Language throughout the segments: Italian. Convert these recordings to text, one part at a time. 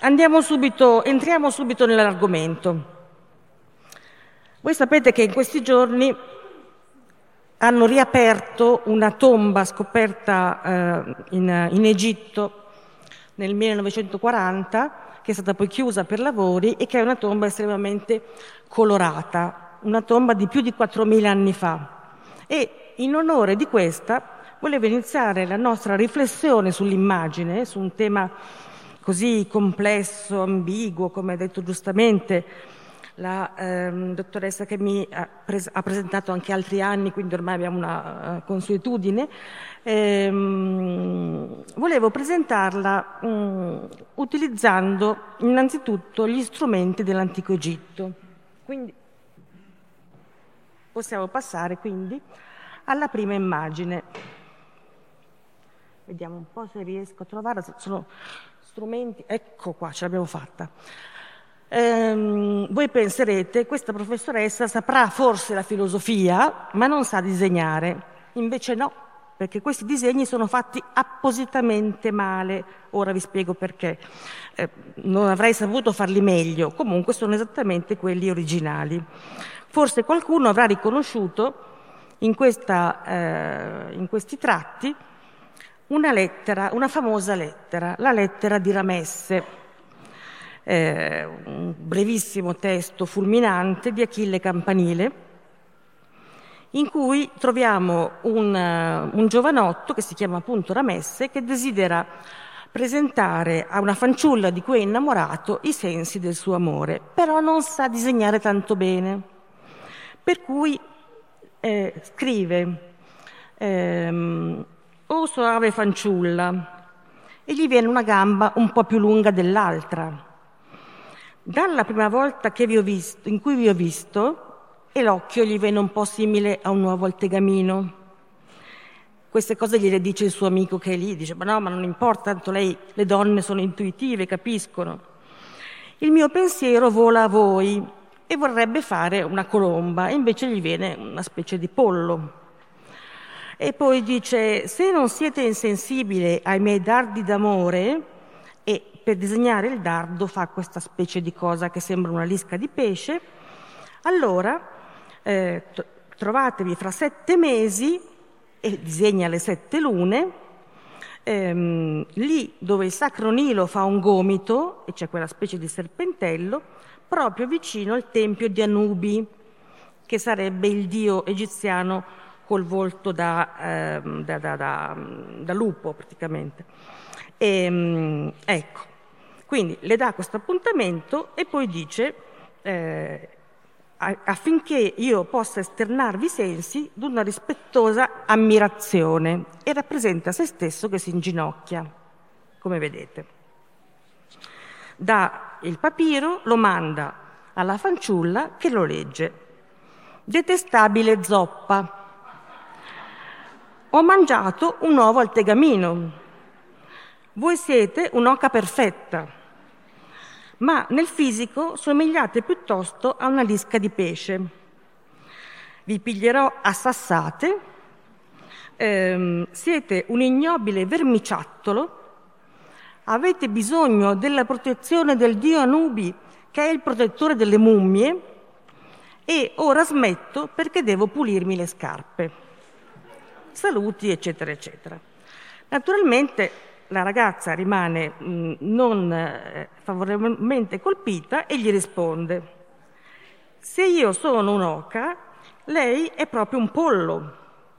Entriamo subito nell'argomento. Voi sapete che in questi giorni hanno riaperto una tomba scoperta in Egitto nel 1940, che è stata poi chiusa per lavori e che è una tomba estremamente colorata, una tomba di più di 4.000 anni fa. E in onore di questa volevo iniziare la nostra riflessione sull'immagine, su un tema così complesso, ambiguo, come ha detto giustamente la dottoressa che mi ha presentato anche altri anni, quindi ormai abbiamo una consuetudine. Volevo presentarla utilizzando innanzitutto gli strumenti dell'antico Egitto. Quindi possiamo passare quindi alla prima immagine. Vediamo un po' se riesco a trovare, sono strumenti, ecco qua, ce l'abbiamo fatta. Voi penserete, questa professoressa saprà forse la filosofia, ma non sa disegnare. Invece no, perché questi disegni sono fatti appositamente male. Ora vi spiego perché. Non avrei saputo farli meglio, comunque sono esattamente quelli originali. Forse qualcuno avrà riconosciuto in questi tratti una lettera, una famosa lettera, la lettera di Ramesse, un brevissimo testo fulminante di Achille Campanile, in cui troviamo un giovanotto che si chiama appunto Ramesse, che desidera presentare a una fanciulla di cui è innamorato i sensi del suo amore, però non sa disegnare tanto bene, per cui scrive «O soave fanciulla», e gli viene una gamba un po' più lunga dell'altra. Dalla prima volta che in cui vi ho visto, e l'occhio gli viene un po' simile a un nuovo altegamino. Queste cose gliele dice il suo amico che è lì, dice ma non importa, tanto le donne sono intuitive, capiscono. Il mio pensiero vola a voi e vorrebbe fare una colomba, e invece gli viene una specie di pollo. E poi dice, se non siete insensibili ai miei dardi d'amore, e per disegnare il dardo fa questa specie di cosa che sembra una lisca di pesce, allora trovatevi fra 7 mesi, e disegna le 7 lune, lì dove il Sacro Nilo fa un gomito, e c'è quella specie di serpentello, proprio vicino al tempio di Anubi, che sarebbe il dio egiziano col volto da lupo praticamente. Ecco, quindi le dà questo appuntamento e poi dice affinché io possa esternarvi i sensi d'una rispettosa ammirazione, e rappresenta se stesso che si inginocchia, come vedete. Dà il papiro, lo manda alla fanciulla che lo legge. Detestabile zoppa. Ho mangiato un nuovo altegamino. Voi siete un'oca perfetta, ma nel fisico somigliate piuttosto a una lisca di pesce. Vi piglierò a sassate, siete un ignobile vermiciattolo, avete bisogno della protezione del dio Anubi, che è il protettore delle mummie, e ora smetto perché devo pulirmi le scarpe. Saluti, eccetera, eccetera. Naturalmente la ragazza rimane non favorevolmente colpita e gli risponde: se io sono un'oca, lei è proprio un pollo.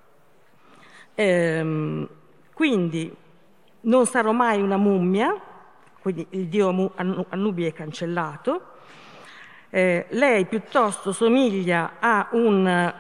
Quindi non sarò mai una mummia, quindi il dio Anubi è cancellato. Lei piuttosto somiglia a una...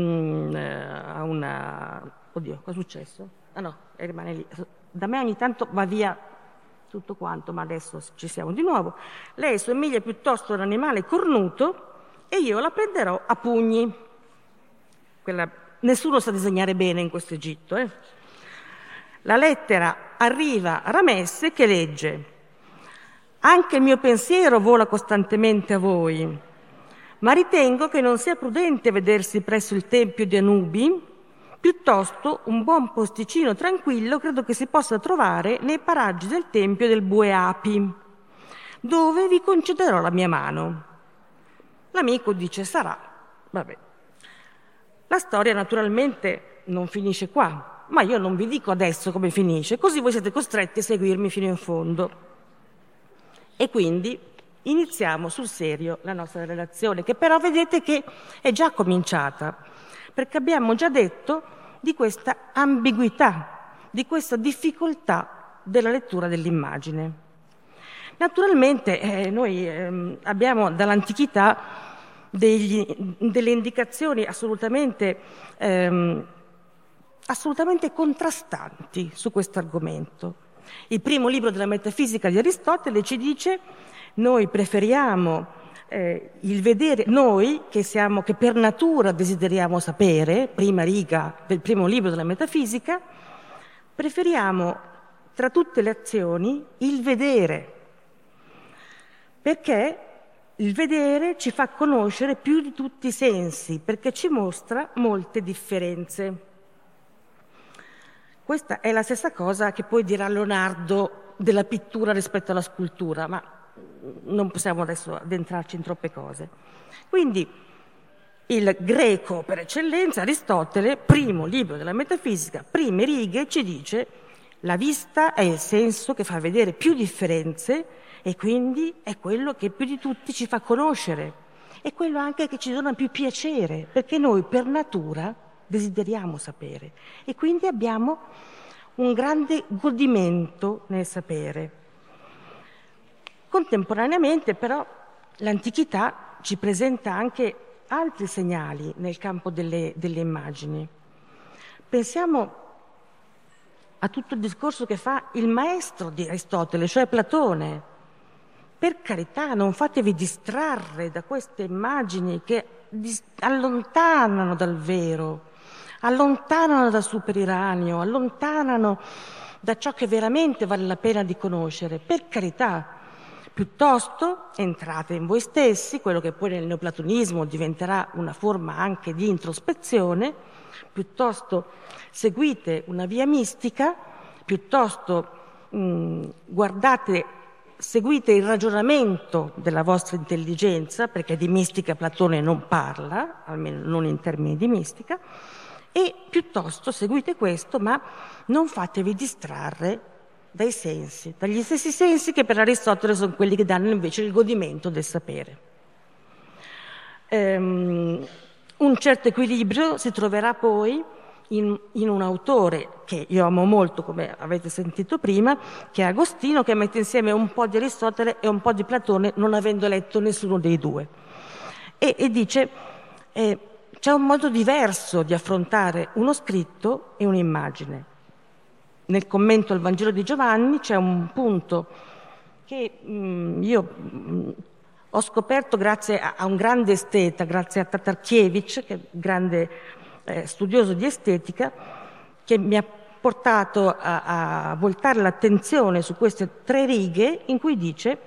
Oddio, cosa è successo? Ah no, rimane lì. Da me ogni tanto va via tutto quanto, ma adesso ci siamo di nuovo. Lei somiglia piuttosto a un animale cornuto e io la prenderò a pugni. Nessuno sa disegnare bene in questo Egitto. La lettera arriva a Ramesse che legge: anche il mio pensiero vola costantemente a voi, ma ritengo che non sia prudente vedersi presso il tempio di Anubi. Piuttosto un buon posticino tranquillo credo che si possa trovare nei paraggi del tempio del Bue Api, dove vi concederò la mia mano. L'amico dice: sarà. Vabbè. La storia naturalmente non finisce qua, ma io non vi dico adesso come finisce, così voi siete costretti a seguirmi fino in fondo. E quindi iniziamo sul serio la nostra relazione, che però vedete che è già cominciata, perché abbiamo già detto di questa ambiguità, di questa difficoltà della lettura dell'immagine. Naturalmente noi abbiamo dall'antichità delle indicazioni assolutamente contrastanti su questo argomento. Il primo libro della Metafisica di Aristotele ci dice: noi preferiamo il vedere, noi che per natura desideriamo sapere, prima riga del primo libro della Metafisica, preferiamo tra tutte le azioni il vedere, perché il vedere ci fa conoscere più di tutti i sensi, perché ci mostra molte differenze. Questa è la stessa cosa che poi dirà Leonardo della pittura rispetto alla scultura, ma non possiamo adesso addentrarci in troppe cose. Quindi il greco per eccellenza, Aristotele, primo libro della Metafisica, prime righe, ci dice: la vista è il senso che fa vedere più differenze e quindi è quello che più di tutti ci fa conoscere, è quello anche che ci dona più piacere, perché noi per natura desideriamo sapere e quindi abbiamo un grande godimento nel sapere. Contemporaneamente però l'antichità ci presenta anche altri segnali nel campo delle immagini. Pensiamo a tutto il discorso che fa il maestro di Aristotele, cioè Platone. Per carità, non fatevi distrarre da queste immagini che allontanano dal vero, allontanano dal superiranio, allontanano da ciò che veramente vale la pena di conoscere. Per carità, piuttosto entrate in voi stessi, quello che poi nel neoplatonismo diventerà una forma anche di introspezione, piuttosto seguite una via mistica, piuttosto seguite il ragionamento della vostra intelligenza, perché di mistica Platone non parla, almeno non in termini di mistica, e piuttosto seguite questo, ma non fatevi distrarre dai sensi, dagli stessi sensi che per Aristotele sono quelli che danno invece il godimento del sapere. Un certo equilibrio si troverà poi in un autore che io amo molto, come avete sentito prima, che è Agostino, che mette insieme un po' di Aristotele e un po' di Platone, non avendo letto nessuno dei due. E dice: c'è un modo diverso di affrontare uno scritto e un'immagine. Nel commento al Vangelo di Giovanni c'è un punto che io ho scoperto grazie a un grande esteta, grazie a Tatarkiewicz, che è un grande studioso di estetica, che mi ha portato a voltare l'attenzione su queste 3 righe in cui dice: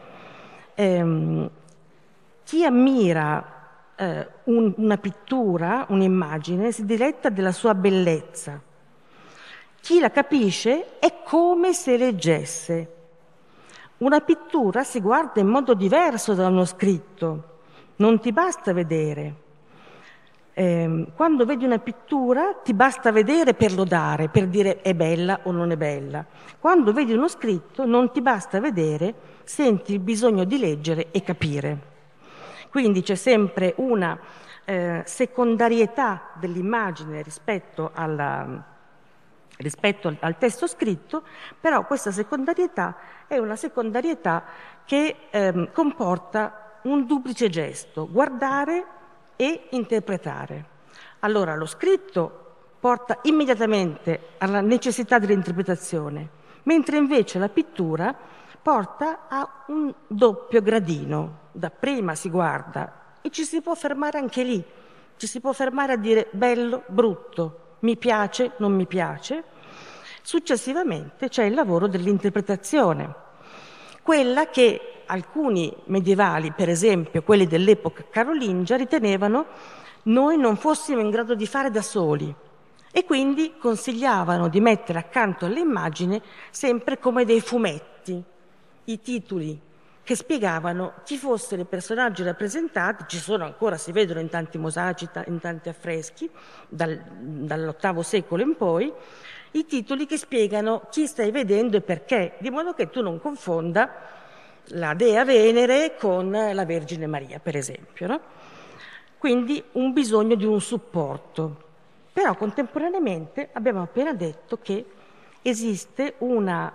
chi ammira una pittura, un'immagine, si diletta della sua bellezza. Chi la capisce è come se leggesse. Una pittura si guarda in modo diverso da uno scritto, non ti basta vedere. Quando vedi una pittura ti basta vedere per lodare, per dire è bella o non è bella. Quando vedi uno scritto non ti basta vedere, senti il bisogno di leggere e capire. Quindi c'è sempre una secondarietà dell'immagine rispetto al testo scritto, però questa secondarietà è una secondarietà che comporta un duplice gesto: guardare e interpretare. Allora lo scritto porta immediatamente alla necessità dell'interpretazione, mentre invece la pittura porta a un doppio gradino. Dapprima si guarda e ci si può fermare anche lì, ci si può fermare a dire bello, brutto, mi piace, non mi piace. Successivamente c'è il lavoro dell'interpretazione, quella che alcuni medievali, per esempio quelli dell'epoca carolingia, ritenevano noi non fossimo in grado di fare da soli e quindi consigliavano di mettere accanto all'immagine sempre come dei fumetti i titoli che spiegavano chi fossero i personaggi rappresentati. Ci sono ancora, si vedono in tanti mosaici, in tanti affreschi, dall'VIII secolo in poi, i titoli che spiegano chi stai vedendo e perché, di modo che tu non confonda la Dea Venere con la Vergine Maria, per esempio, no? Quindi un bisogno di un supporto. Però contemporaneamente abbiamo appena detto che esiste una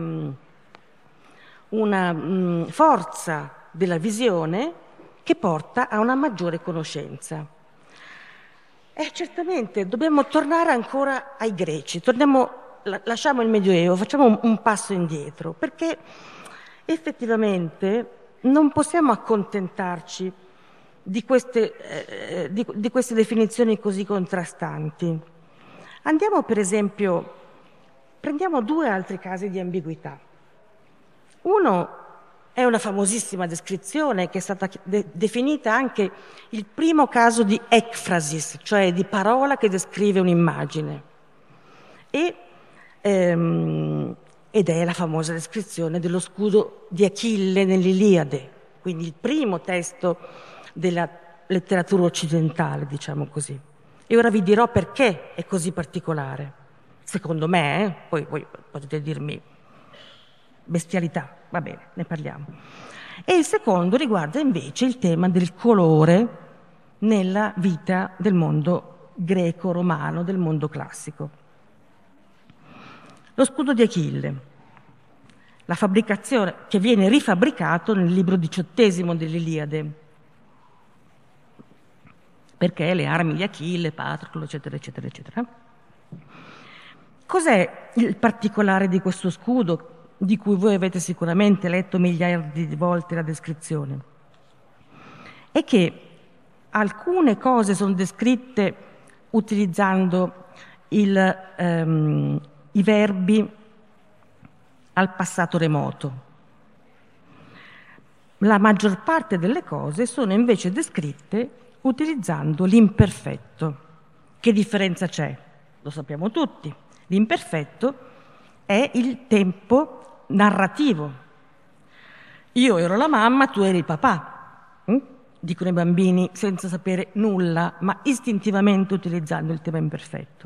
forza della visione che porta a una maggiore conoscenza. E certamente dobbiamo tornare ancora ai greci, lasciamo il Medioevo, facciamo un passo indietro, perché effettivamente non possiamo accontentarci di queste definizioni così contrastanti. Andiamo per esempio, prendiamo 2 altri casi di ambiguità. Uno è una famosissima descrizione che è stata definita anche il primo caso di ekphrasis, cioè di parola che descrive un'immagine. Ed è la famosa descrizione dello scudo di Achille nell'Iliade, quindi il primo testo della letteratura occidentale, diciamo così. E ora vi dirò perché è così particolare. Secondo me, poi potete dirmi bestialità, va bene, ne parliamo. E il secondo riguarda invece il tema del colore nella vita del mondo greco-romano, del mondo classico. Lo scudo di Achille, la fabbricazione che viene rifabbricato nel libro 18 dell'Iliade, perché le armi di Achille, Patroclo, eccetera, eccetera, eccetera. Cos'è il particolare di questo scudo, di cui voi avete sicuramente letto miliardi di volte la descrizione? È che alcune cose sono descritte utilizzando i verbi al passato remoto. La maggior parte delle cose sono invece descritte utilizzando l'imperfetto. Che differenza c'è? Lo sappiamo tutti. L'imperfetto è il tempo narrativo. Io ero la mamma, tu eri il papà. Dicono i bambini senza sapere nulla, ma istintivamente utilizzando il tema imperfetto.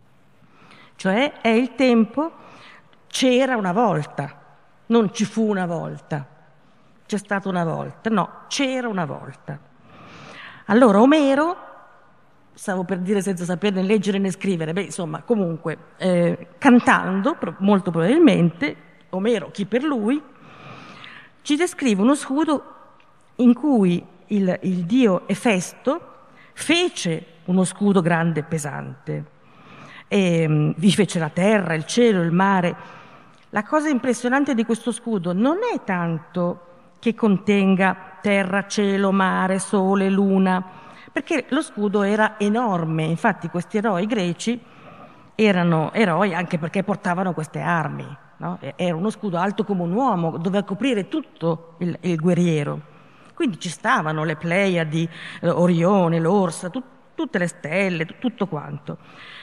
Cioè è il tempo, c'era una volta, non ci fu una volta, c'è stata una volta, no, c'era una volta. Allora Omero, stavo per dire senza saperne leggere né scrivere, insomma, comunque, cantando, molto probabilmente, Omero, chi per lui, ci descrive uno scudo in cui il dio Efesto fece uno scudo grande e pesante. E vi fece la terra, il cielo, il mare. La cosa impressionante di questo scudo non è tanto che contenga terra, cielo, mare, sole, luna, perché lo scudo era enorme. Infatti questi eroi greci erano eroi anche perché portavano queste armi, no? Era uno scudo alto come un uomo, doveva coprire tutto il guerriero. Quindi ci stavano le Pleiadi, Orione, l'Orsa, tutte le stelle, tutto quanto.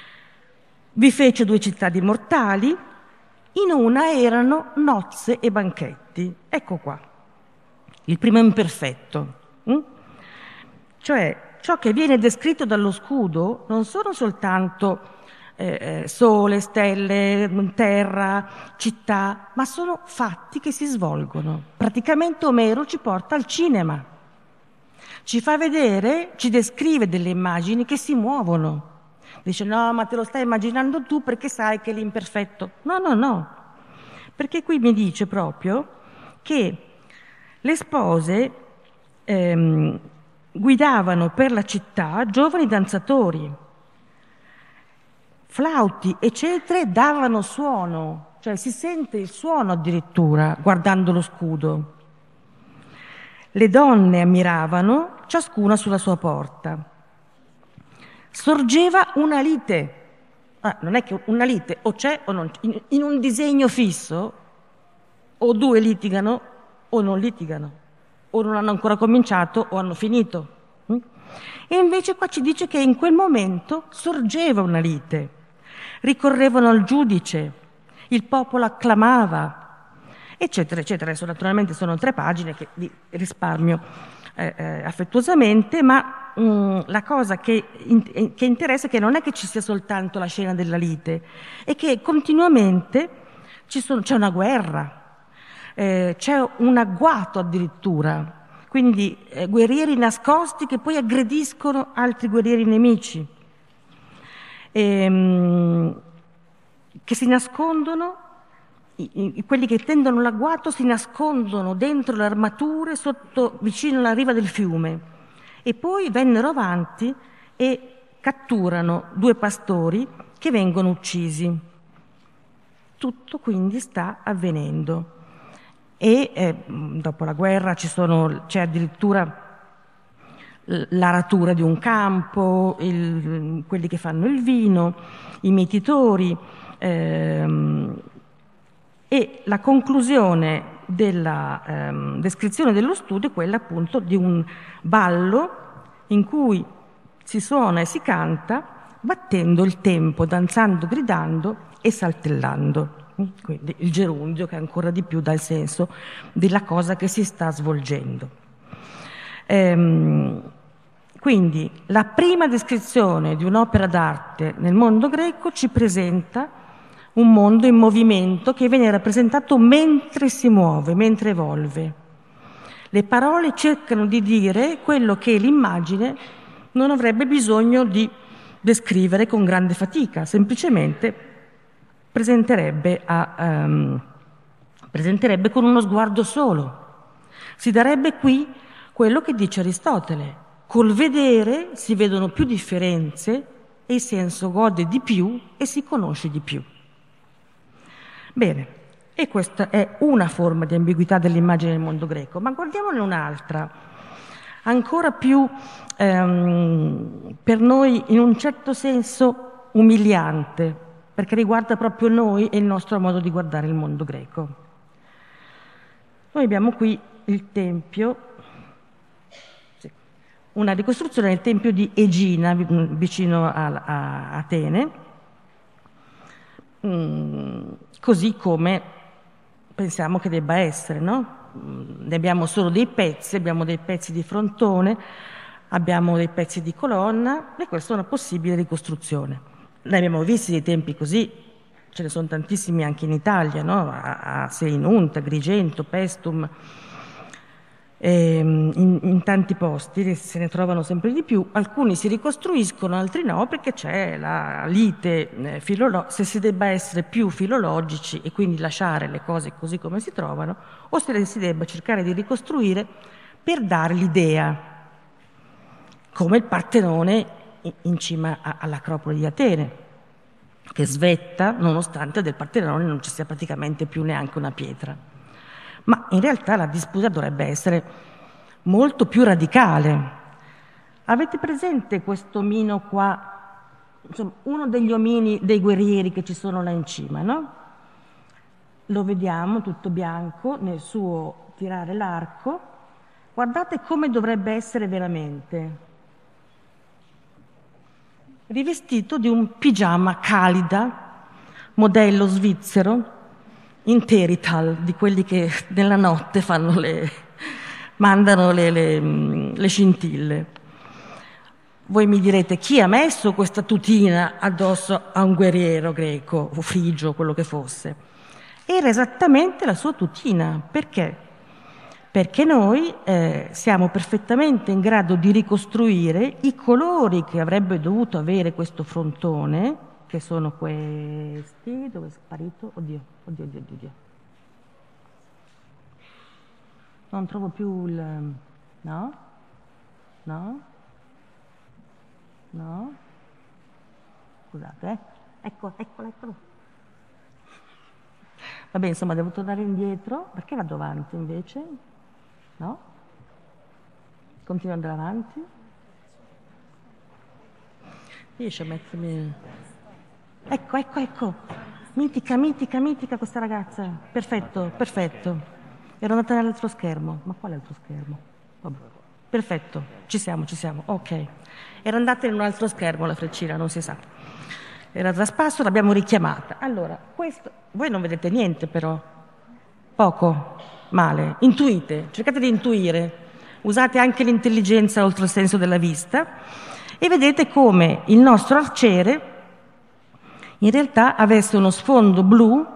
Vi fece 2 città di mortali, in una erano nozze e banchetti. Ecco qua, il primo imperfetto. Cioè, ciò che viene descritto dallo scudo non sono soltanto sole, stelle, terra, città, ma sono fatti che si svolgono. Praticamente Omero ci porta al cinema, ci fa vedere, ci descrive delle immagini che si muovono. Dice no, ma te lo stai immaginando tu perché sai che è l'imperfetto. No, perché qui mi dice proprio che le spose guidavano per la città giovani danzatori, flauti e cetre davano suono, cioè si sente il suono addirittura guardando lo scudo. Le donne ammiravano, ciascuna sulla sua porta. Sorgeva una lite. Non è che una lite o c'è o non c'è. In un disegno fisso o 2 litigano o non litigano, o non hanno ancora cominciato o hanno finito. E invece qua ci dice che in quel momento sorgeva una lite. Ricorrevano al giudice, il popolo acclamava eccetera, eccetera. Adesso naturalmente sono 3 pagine che vi risparmio affettuosamente, ma la cosa che interessa è che non è che ci sia soltanto la scena della lite, è che continuamente c'è una guerra, c'è un agguato addirittura, quindi guerrieri nascosti che poi aggrediscono altri guerrieri nemici, che si nascondono. Quelli che tendono l'agguato si nascondono dentro le armature vicino alla riva del fiume, e poi vennero avanti e catturano 2 pastori che vengono uccisi. Tutto quindi sta avvenendo, e dopo la guerra c'è addirittura l'aratura di un campo, quelli che fanno il vino, i mietitori, e la conclusione della descrizione dello studio è quella appunto di un ballo in cui si suona e si canta battendo il tempo, danzando, gridando e saltellando. Quindi il gerundio, che ancora di più dà il senso della cosa che si sta svolgendo. Quindi la prima descrizione di un'opera d'arte nel mondo greco ci presenta un mondo in movimento che viene rappresentato mentre si muove, mentre evolve. Le parole cercano di dire quello che l'immagine non avrebbe bisogno di descrivere con grande fatica, semplicemente presenterebbe con uno sguardo solo. Si darebbe qui quello che dice Aristotele: col vedere si vedono più differenze e il senso gode di più e si conosce di più. Bene, e questa è una forma di ambiguità dell'immagine nel mondo greco, ma guardiamone un'altra, ancora più per noi in un certo senso umiliante, perché riguarda proprio noi e il nostro modo di guardare il mondo greco. Noi abbiamo qui il tempio, una ricostruzione del tempio di Egina, vicino a Atene, così come pensiamo che debba essere, no? Ne abbiamo solo dei pezzi, abbiamo dei pezzi di frontone, abbiamo dei pezzi di colonna, e questa è una possibile ricostruzione. Ne abbiamo visti dei tempi così, ce ne sono tantissimi anche in Italia, no? A Seinunta, Agrigento, Paestum, in tanti posti se ne trovano sempre di più. Alcuni si ricostruiscono, altri no, perché c'è la lite se si debba essere più filologici e quindi lasciare le cose così come si trovano, o se le si debba cercare di ricostruire per dare l'idea, come il Partenone in cima all'Acropoli di Atene, che svetta nonostante del Partenone non ci sia praticamente più neanche una pietra. Ma in realtà la disputa dovrebbe essere molto più radicale. Avete presente questo omino qua? Insomma, uno degli omini dei guerrieri che ci sono là in cima, no? Lo vediamo tutto bianco nel suo tirare l'arco. Guardate come dovrebbe essere veramente. Rivestito di un pigiama Calida, modello svizzero, Interital, di quelli che nella notte mandano le scintille. Voi mi direte: chi ha messo questa tutina addosso a un guerriero greco o frigio, quello che fosse? Era esattamente la sua tutina. Perché? Perché noi siamo perfettamente in grado di ricostruire i colori che avrebbe dovuto avere questo frontone, che sono questi. Dove è sparito? Oddio. Non trovo più il... No? Scusate, Eccolo. Vabbè, insomma, devo tornare indietro. Perché vado avanti invece? No? Continuo ad andare avanti? Riesci a mettermi... Ecco. Mitica questa ragazza. Perfetto. Ero andata nell'altro schermo. Ma quale altro schermo? Vabbè. Perfetto, ci siamo. Ok. Era andata in un altro schermo la freccina, non si sa. Era da spasso, l'abbiamo richiamata. Allora, questo... Voi non vedete niente però. Poco, male. Intuite, cercate di intuire, usate anche l'intelligenza oltre il senso della vista e vedete come il nostro arciere in realtà avesse uno sfondo blu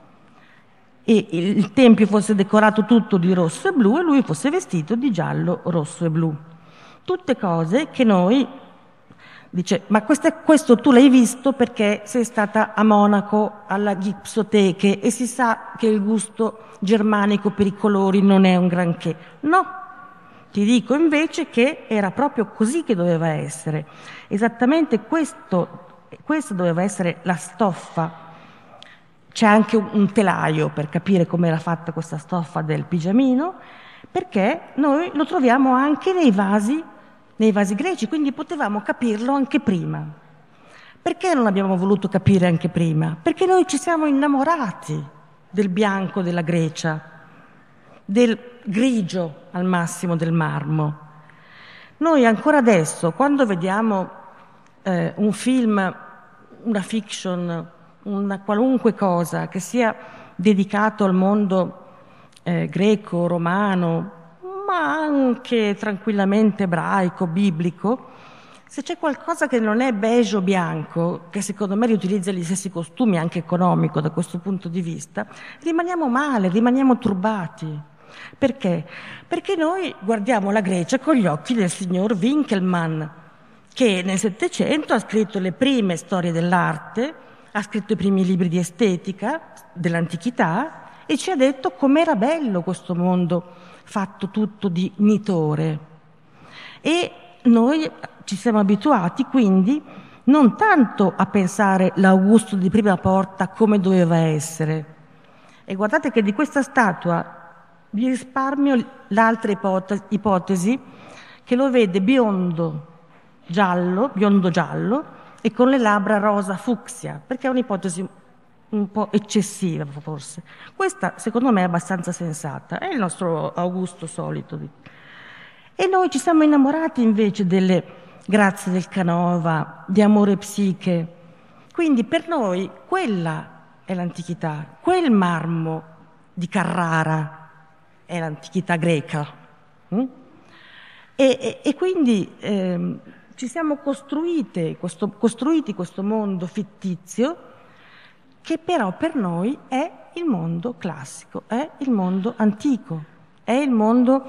e il tempio fosse decorato tutto di rosso e blu e lui fosse vestito di giallo, rosso e blu. Tutte cose che noi, dice, ma questo tu l'hai visto perché sei stata a Monaco alla Gipsoteche e si sa che il gusto germanico per i colori non è un granché. No, ti dico invece che era proprio così che doveva essere. Esattamente questo doveva essere la stoffa. C'è anche un telaio per capire come era fatta questa stoffa del pigiamino, perché noi lo troviamo anche nei vasi greci, quindi potevamo capirlo anche prima. Perché non abbiamo voluto capire anche prima? Perché noi ci siamo innamorati del bianco della Grecia, del grigio al massimo del marmo. Noi ancora adesso, quando vediamo un film, una fiction, una qualunque cosa che sia dedicato al mondo greco, romano, ma anche tranquillamente ebraico, biblico, se c'è qualcosa che non è beige o bianco, che secondo me riutilizza gli stessi costumi, anche economico da questo punto di vista, rimaniamo male, rimaniamo turbati. Perché? Perché noi guardiamo la Grecia con gli occhi del signor Winckelmann, che nel Settecento ha scritto le prime storie dell'arte, ha scritto i primi libri di estetica dell'antichità e ci ha detto com'era bello questo mondo fatto tutto di nitore. E noi ci siamo abituati quindi non tanto a pensare l'Augusto di Prima Porta come doveva essere. E guardate che di questa statua vi risparmio l'altra ipotesi che lo vede biondo giallo e con le labbra rosa fucsia, perché è un'ipotesi un po' eccessiva forse. Questa secondo me è abbastanza sensata, è il nostro Augusto solito. E noi ci siamo innamorati invece delle grazie del Canova, di Amore Psiche. Quindi per noi quella è l'antichità, quel marmo di Carrara è l'antichità greca. E quindi ci siamo costruiti questo mondo fittizio che però per noi è il mondo classico, è il mondo antico, è il mondo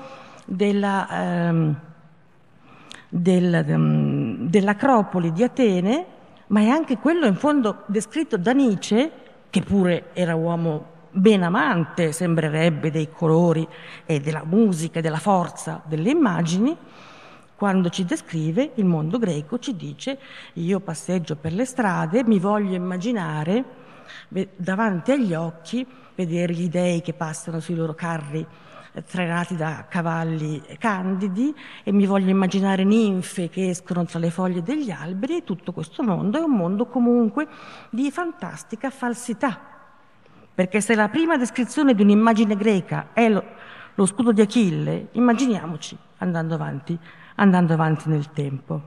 dell'Acropoli di Atene, ma è anche quello in fondo descritto da Nietzsche, che pure era uomo ben amante, sembrerebbe, dei colori e della musica e della forza delle immagini. Quando ci descrive il mondo greco ci dice: io passeggio per le strade, mi voglio immaginare davanti agli occhi, vedere gli dei che passano sui loro carri trainati da cavalli candidi e mi voglio immaginare ninfe che escono tra le foglie degli alberi e tutto questo mondo è un mondo comunque di fantastica falsità. Perché se la prima descrizione di un'immagine greca è lo scudo di Achille, immaginiamoci andando avanti nel tempo.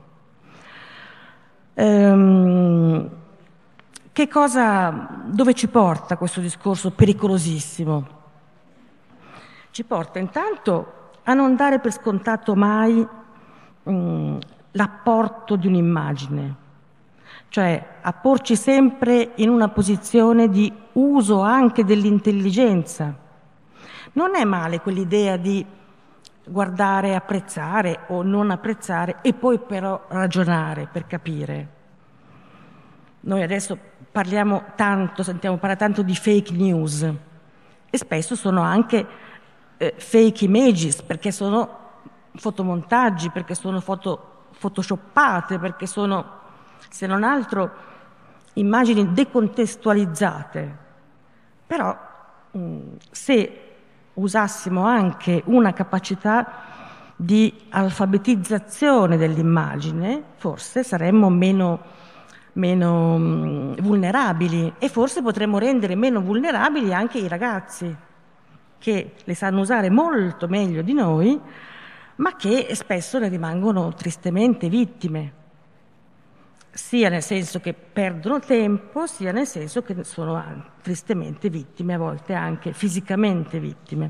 Dove ci porta questo discorso pericolosissimo? Ci porta intanto a non dare per scontato mai l'apporto di un'immagine, cioè a porci sempre in una posizione di uso anche dell'intelligenza. Non è male quell'idea di guardare, apprezzare o non apprezzare e poi però ragionare per capire. Noi adesso sentiamo parlare tanto di fake news e spesso sono anche fake images, perché sono fotomontaggi, perché sono foto photoshoppate, perché sono, se non altro, immagini decontestualizzate. Però se usassimo anche una capacità di alfabetizzazione dell'immagine, forse saremmo meno vulnerabili e forse potremmo rendere meno vulnerabili anche i ragazzi, che le sanno usare molto meglio di noi, ma che spesso ne rimangono tristemente vittime. sia nel senso che perdono tempo, sia nel senso che sono tristemente vittime, a volte anche fisicamente vittime.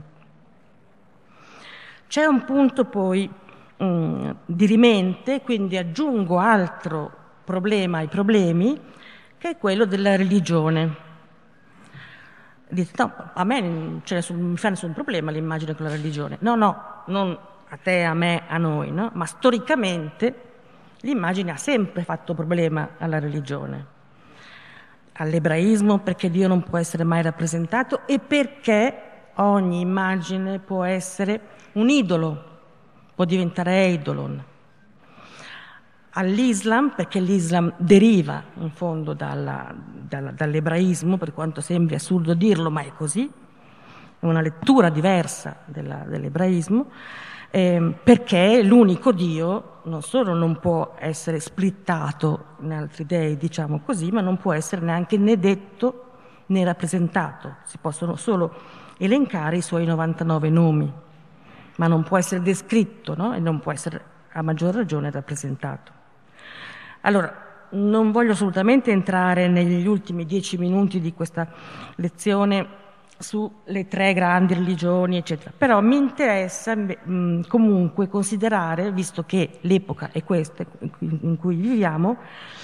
C'è un punto poi dirimente, quindi aggiungo altro problema ai problemi, che è quello della religione. Dite, no, a me non mi fa nessun problema l'immagine con la religione. No, non a te, a me, a noi, no? Ma storicamente l'immagine ha sempre fatto problema alla religione, all'ebraismo, perché Dio non può essere mai rappresentato e perché ogni immagine può essere un idolo, può diventare eidolon. All'Islam, perché l'Islam deriva in fondo dall'ebraismo, per quanto sembri assurdo dirlo, ma è così, è una lettura diversa dell'ebraismo, perché l'unico Dio non solo non può essere splittato in altri dei, diciamo così, ma non può essere neanche né detto né rappresentato. Si possono solo elencare i suoi 99 nomi, ma non può essere descritto, no? E non può essere a maggior ragione rappresentato. Allora, non voglio assolutamente entrare negli ultimi 10 minuti di questa lezione sulle 3 grandi religioni, eccetera. Però mi interessa comunque considerare, visto che l'epoca è questa in cui viviamo,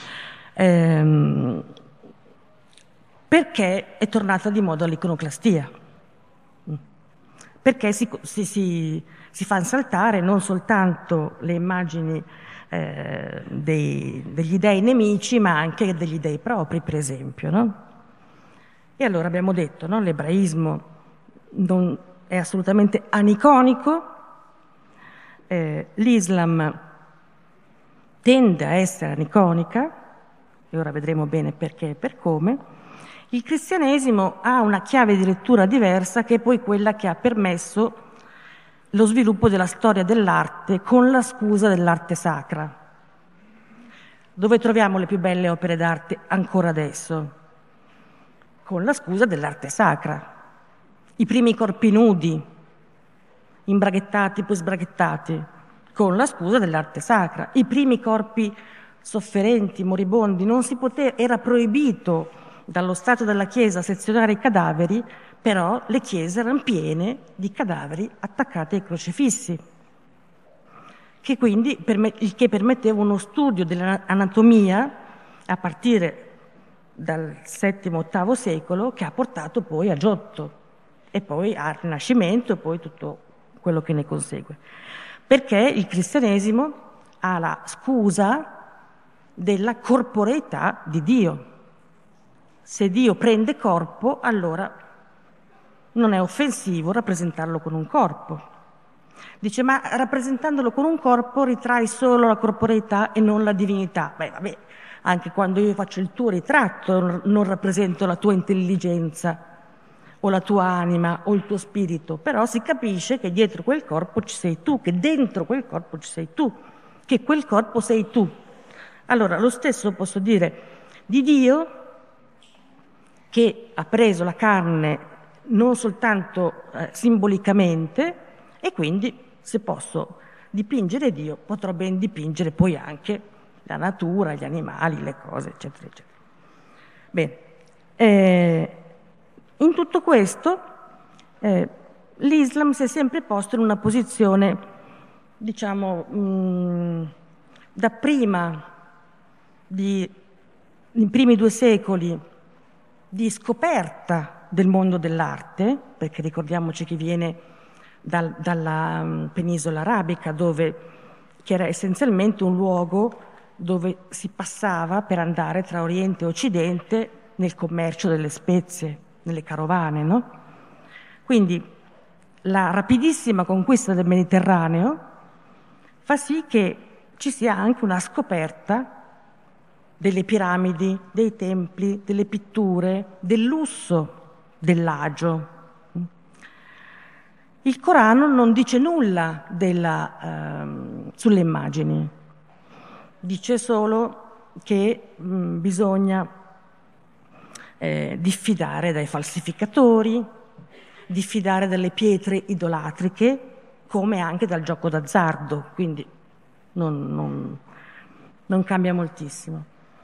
perché è tornata di moda l'iconoclastia. Perché si fanno saltare non soltanto le immagini degli dei nemici, ma anche degli dei propri, per esempio, no? E allora abbiamo detto, no? L'ebraismo non è assolutamente aniconico, l'Islam tende a essere aniconica, e ora vedremo bene perché e per come. Il cristianesimo ha una chiave di lettura diversa, che è poi quella che ha permesso lo sviluppo della storia dell'arte con la scusa dell'arte sacra. Dove troviamo le più belle opere d'arte ancora adesso? Con la scusa dell'arte sacra. I primi corpi nudi, imbraghettati poi sbraghettati, con la scusa dell'arte sacra. I primi corpi sofferenti, moribondi, non si poteva, era proibito dallo Stato della Chiesa sezionare i cadaveri, però le chiese erano piene di cadaveri attaccati ai crocefissi, il che permetteva uno studio dell'anatomia a partire dal VII-VIII secolo, che ha portato poi a Giotto e poi al Rinascimento e poi tutto quello che ne consegue. Perché il cristianesimo ha la scusa della corporeità di Dio. Se Dio prende corpo, allora non è offensivo rappresentarlo con un corpo. Dice, ma rappresentandolo con un corpo ritrai solo la corporeità e non la divinità. Beh, vabbè, anche quando io faccio il tuo ritratto non rappresento la tua intelligenza o la tua anima o il tuo spirito, però si capisce che dietro quel corpo ci sei tu, che dentro quel corpo ci sei tu, che quel corpo sei tu. Allora, lo stesso posso dire di Dio, che ha preso la carne non soltanto simbolicamente, e quindi se posso dipingere Dio potrò ben dipingere poi anche la natura, gli animali, le cose, eccetera, eccetera. Bene, in tutto questo l'Islam si è sempre posto in una posizione, diciamo, dapprima nei primi 2 secoli di scoperta del mondo dell'arte, perché ricordiamoci che viene dalla penisola arabica, che era essenzialmente un luogo dove si passava per andare tra Oriente e Occidente nel commercio delle spezie, nelle carovane, no? Quindi la rapidissima conquista del Mediterraneo fa sì che ci sia anche una scoperta delle piramidi, dei templi, delle pitture, del lusso, dell'agio. Il Corano non dice nulla sulle immagini, dice solo che bisogna diffidare dai falsificatori, diffidare dalle pietre idolatriche, come anche dal gioco d'azzardo, quindi non cambia moltissimo.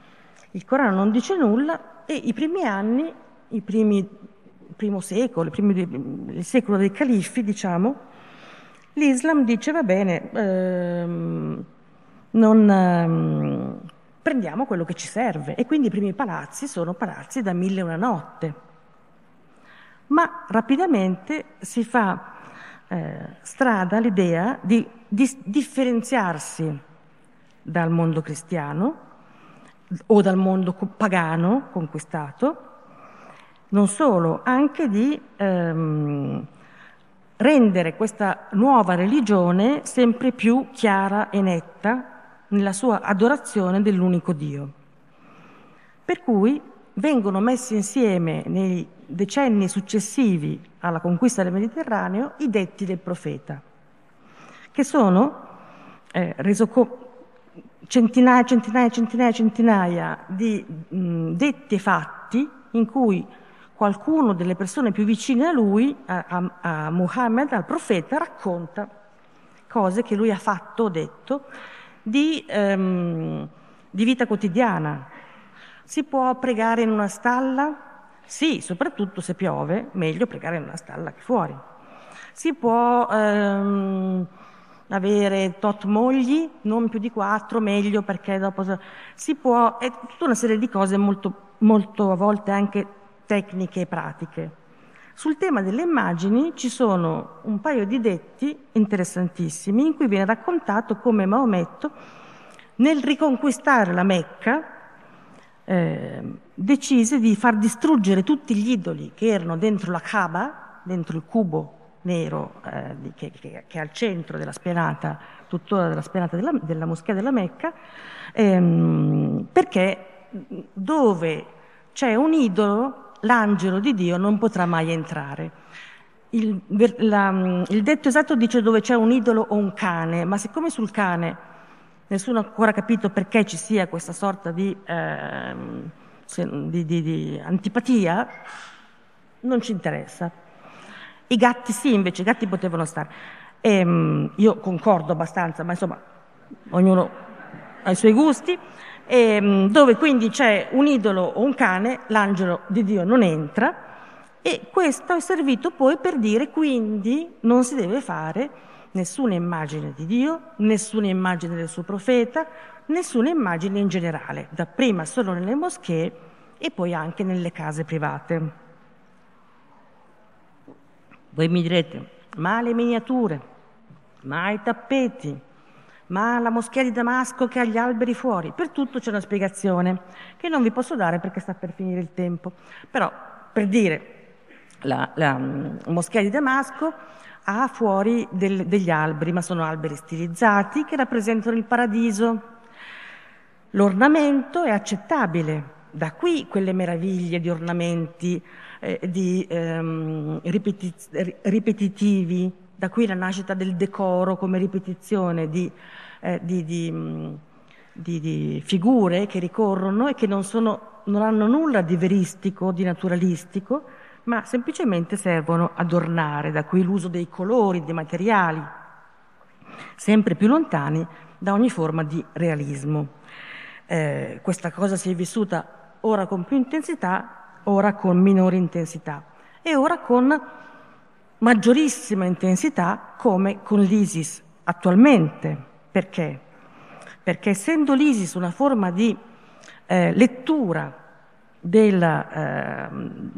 Il Corano non dice nulla e i primi anni, il primo secolo, il secolo dei califfi, diciamo, l'Islam dice va bene, prendiamo quello che ci serve, e quindi i primi palazzi sono palazzi da 1001 notte. Ma rapidamente si fa strada l'idea di differenziarsi dal mondo cristiano o dal mondo pagano conquistato, non solo, anche di rendere questa nuova religione sempre più chiara e netta nella sua adorazione dell'unico Dio. Per cui vengono messi insieme nei decenni successivi alla conquista del Mediterraneo i detti del profeta, che sono centinaia di detti e fatti in cui qualcuno delle persone più vicine a lui, a Muhammad, al profeta, racconta cose che lui ha fatto o detto di vita quotidiana. Si può pregare in una stalla? Sì, soprattutto se piove, meglio pregare in una stalla che fuori. Si può avere tot mogli, non più di 4, meglio, perché dopo si può, è tutta una serie di cose molto, molto a volte anche tecniche e pratiche. Sul tema delle immagini ci sono un paio di detti interessantissimi in cui viene raccontato come Maometto, nel riconquistare la Mecca, decise di far distruggere tutti gli idoli che erano dentro la Kaaba, dentro il cubo nero che è al centro della spianata, tuttora della spianata della moschea della Mecca, perché dove c'è un idolo, l'angelo di Dio non potrà mai entrare. Il detto esatto dice dove c'è un idolo o un cane, ma siccome sul cane nessuno ha ancora capito perché ci sia questa sorta di antipatia, non ci interessa. I gatti sì, invece, i gatti potevano stare. Io concordo abbastanza, ma insomma, ognuno ha i suoi gusti. Dove quindi c'è un idolo o un cane, l'angelo di Dio non entra, e questo è servito poi per dire quindi non si deve fare nessuna immagine di Dio, nessuna immagine del suo profeta, nessuna immagine in generale, dapprima solo nelle moschee e poi anche nelle case private. Voi mi direte, ma le miniature, ma i tappeti, ma la moschea di Damasco che ha gli alberi fuori? Per tutto c'è una spiegazione che non vi posso dare perché sta per finire il tempo. Però, per dire, la moschea di Damasco ha fuori degli alberi, ma sono alberi stilizzati che rappresentano il paradiso. L'ornamento è accettabile, da qui quelle meraviglie di ornamenti ripetitivi, da qui la nascita del decoro come ripetizione di figure che ricorrono e che non hanno nulla di veristico, di naturalistico, ma semplicemente servono ad ornare, da qui l'uso dei colori, dei materiali, sempre più lontani da ogni forma di realismo. Questa cosa si è vissuta ora con più intensità, ora con minore intensità e ora con maggiorissima intensità come con l'ISIS attualmente. Perché? Perché essendo l'ISIS una forma di lettura delle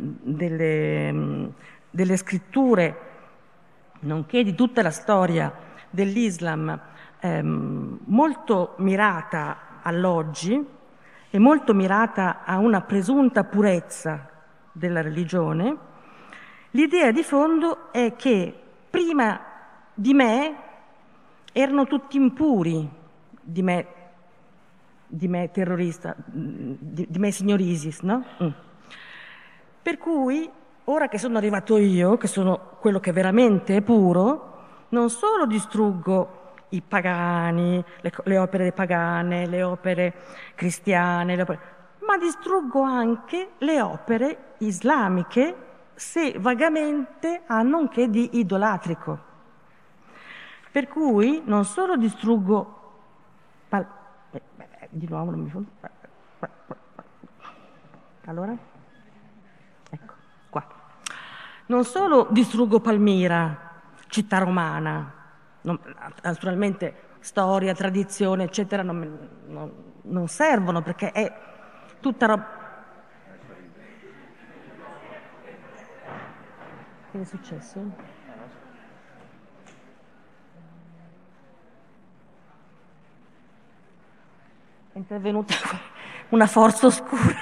scritture, nonché di tutta la storia dell'Islam, molto mirata all'oggi e molto mirata a una presunta purezza della religione, l'idea di fondo è che prima di me erano tutti impuri, di me terrorista, di me signor ISIS, no? Per cui, ora che sono arrivato io, che sono quello che veramente è puro, non solo distruggo i pagani, le opere pagane, le opere cristiane, ma distruggo anche le opere islamiche, se vagamente hanno un che di idolatrico. Per cui non solo distruggo di nuovo non mi Allora? Ecco, qua. Non solo distruggo Palmira, città romana, naturalmente storia, tradizione, eccetera, non servono perché è tutta roba. Che è successo? È intervenuta una forza oscura.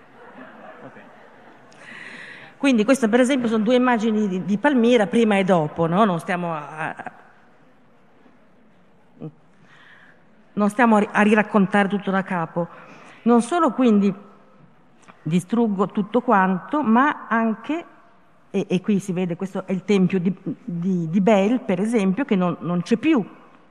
Quindi queste per esempio sono due immagini di Palmira prima e dopo, no? Non stiamo a riraccontare tutto da capo. Non solo quindi distruggo tutto quanto, ma anche, e qui si vede, questo è il tempio di Bel, per esempio, che non c'è più.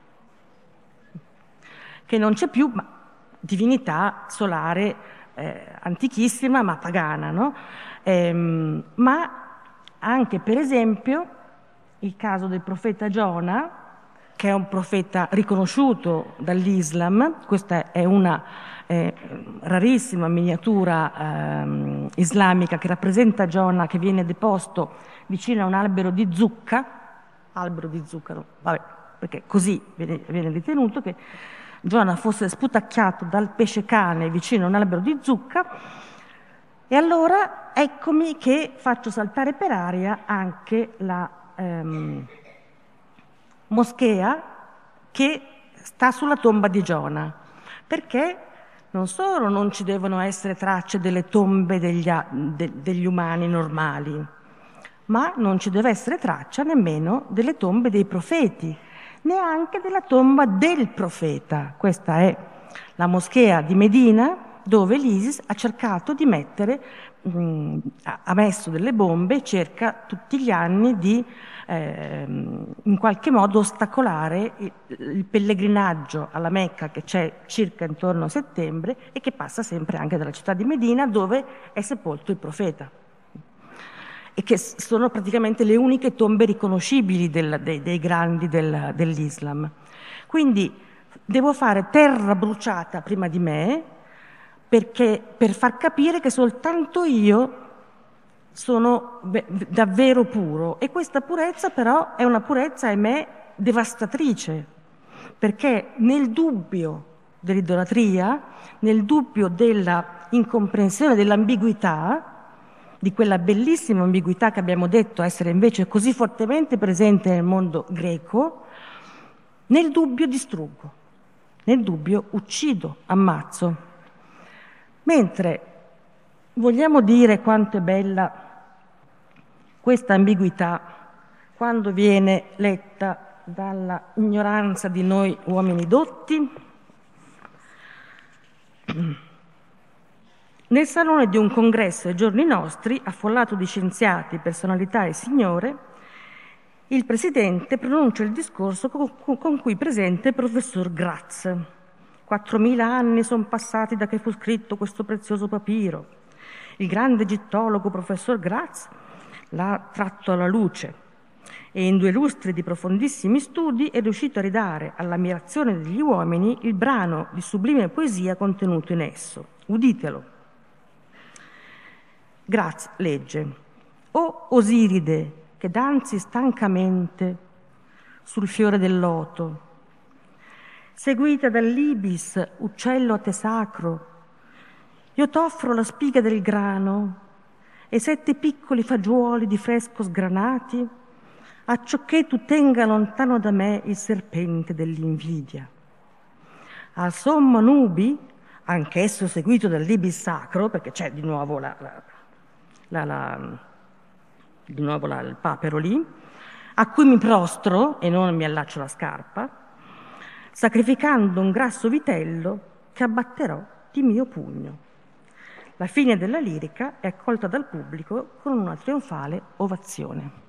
Ma divinità solare antichissima, ma pagana, no? Ma anche, per esempio, il caso del profeta Giona, che è un profeta riconosciuto dall'Islam. Questa è una rarissima miniatura islamica che rappresenta Giona che viene deposto vicino a un albero di zucca, vabbè, perché così viene ritenuto che Giona fosse sputacchiato dal pesce cane vicino a un albero di zucca. E allora eccomi che faccio saltare per aria anche la moschea che sta sulla tomba di Giona, perché non solo non ci devono essere tracce delle tombe degli umani normali, ma non ci deve essere traccia nemmeno delle tombe dei profeti, neanche della tomba del profeta. Questa è la moschea di Medina, dove l'ISIS ha cercato di ha messo delle bombe, cerca tutti gli anni di in qualche modo ostacolare il pellegrinaggio alla Mecca, che c'è circa intorno a settembre e che passa sempre anche dalla città di Medina, dove è sepolto il profeta, e che sono praticamente le uniche tombe riconoscibili dei grandi dell'Islam. Quindi devo fare terra bruciata prima di me, perché per far capire che soltanto io sono davvero puro, e questa purezza però è una purezza, ahimè, devastatrice, perché nel dubbio dell'idolatria, nel dubbio della incomprensione, dell'ambiguità, di quella bellissima ambiguità che abbiamo detto essere invece così fortemente presente nel mondo greco, nel dubbio distruggo, nel dubbio uccido, ammazzo. Mentre vogliamo dire quanto è bella questa ambiguità quando viene letta dalla ignoranza di noi uomini dotti? Nel salone di un congresso ai giorni nostri, affollato di scienziati, personalità e signore, il presidente pronuncia il discorso con cui presenta il professor Graz. 4.000 anni sono passati da che fu scritto questo prezioso papiro. Il grande egittologo professor Graz l'ha tratto alla luce e in 2 lustri di profondissimi studi è riuscito a ridare all'ammirazione degli uomini il brano di sublime poesia contenuto in esso. Uditelo. Graz legge: O Osiride, che danzi stancamente sul fiore del loto, seguita dall'ibis, uccello a te sacro, io t'offro la spiga del grano e 7 piccoli fagioli di fresco sgranati, accioché tu tenga lontano da me il serpente dell'invidia. Al sommo nubi, anch'esso seguito dall'ibis sacro, perché c'è di nuovo il papero lì, a cui mi prostro e non mi allaccio la scarpa, sacrificando un grasso vitello che abbatterò di mio pugno. La fine della lirica è accolta dal pubblico con una trionfale ovazione.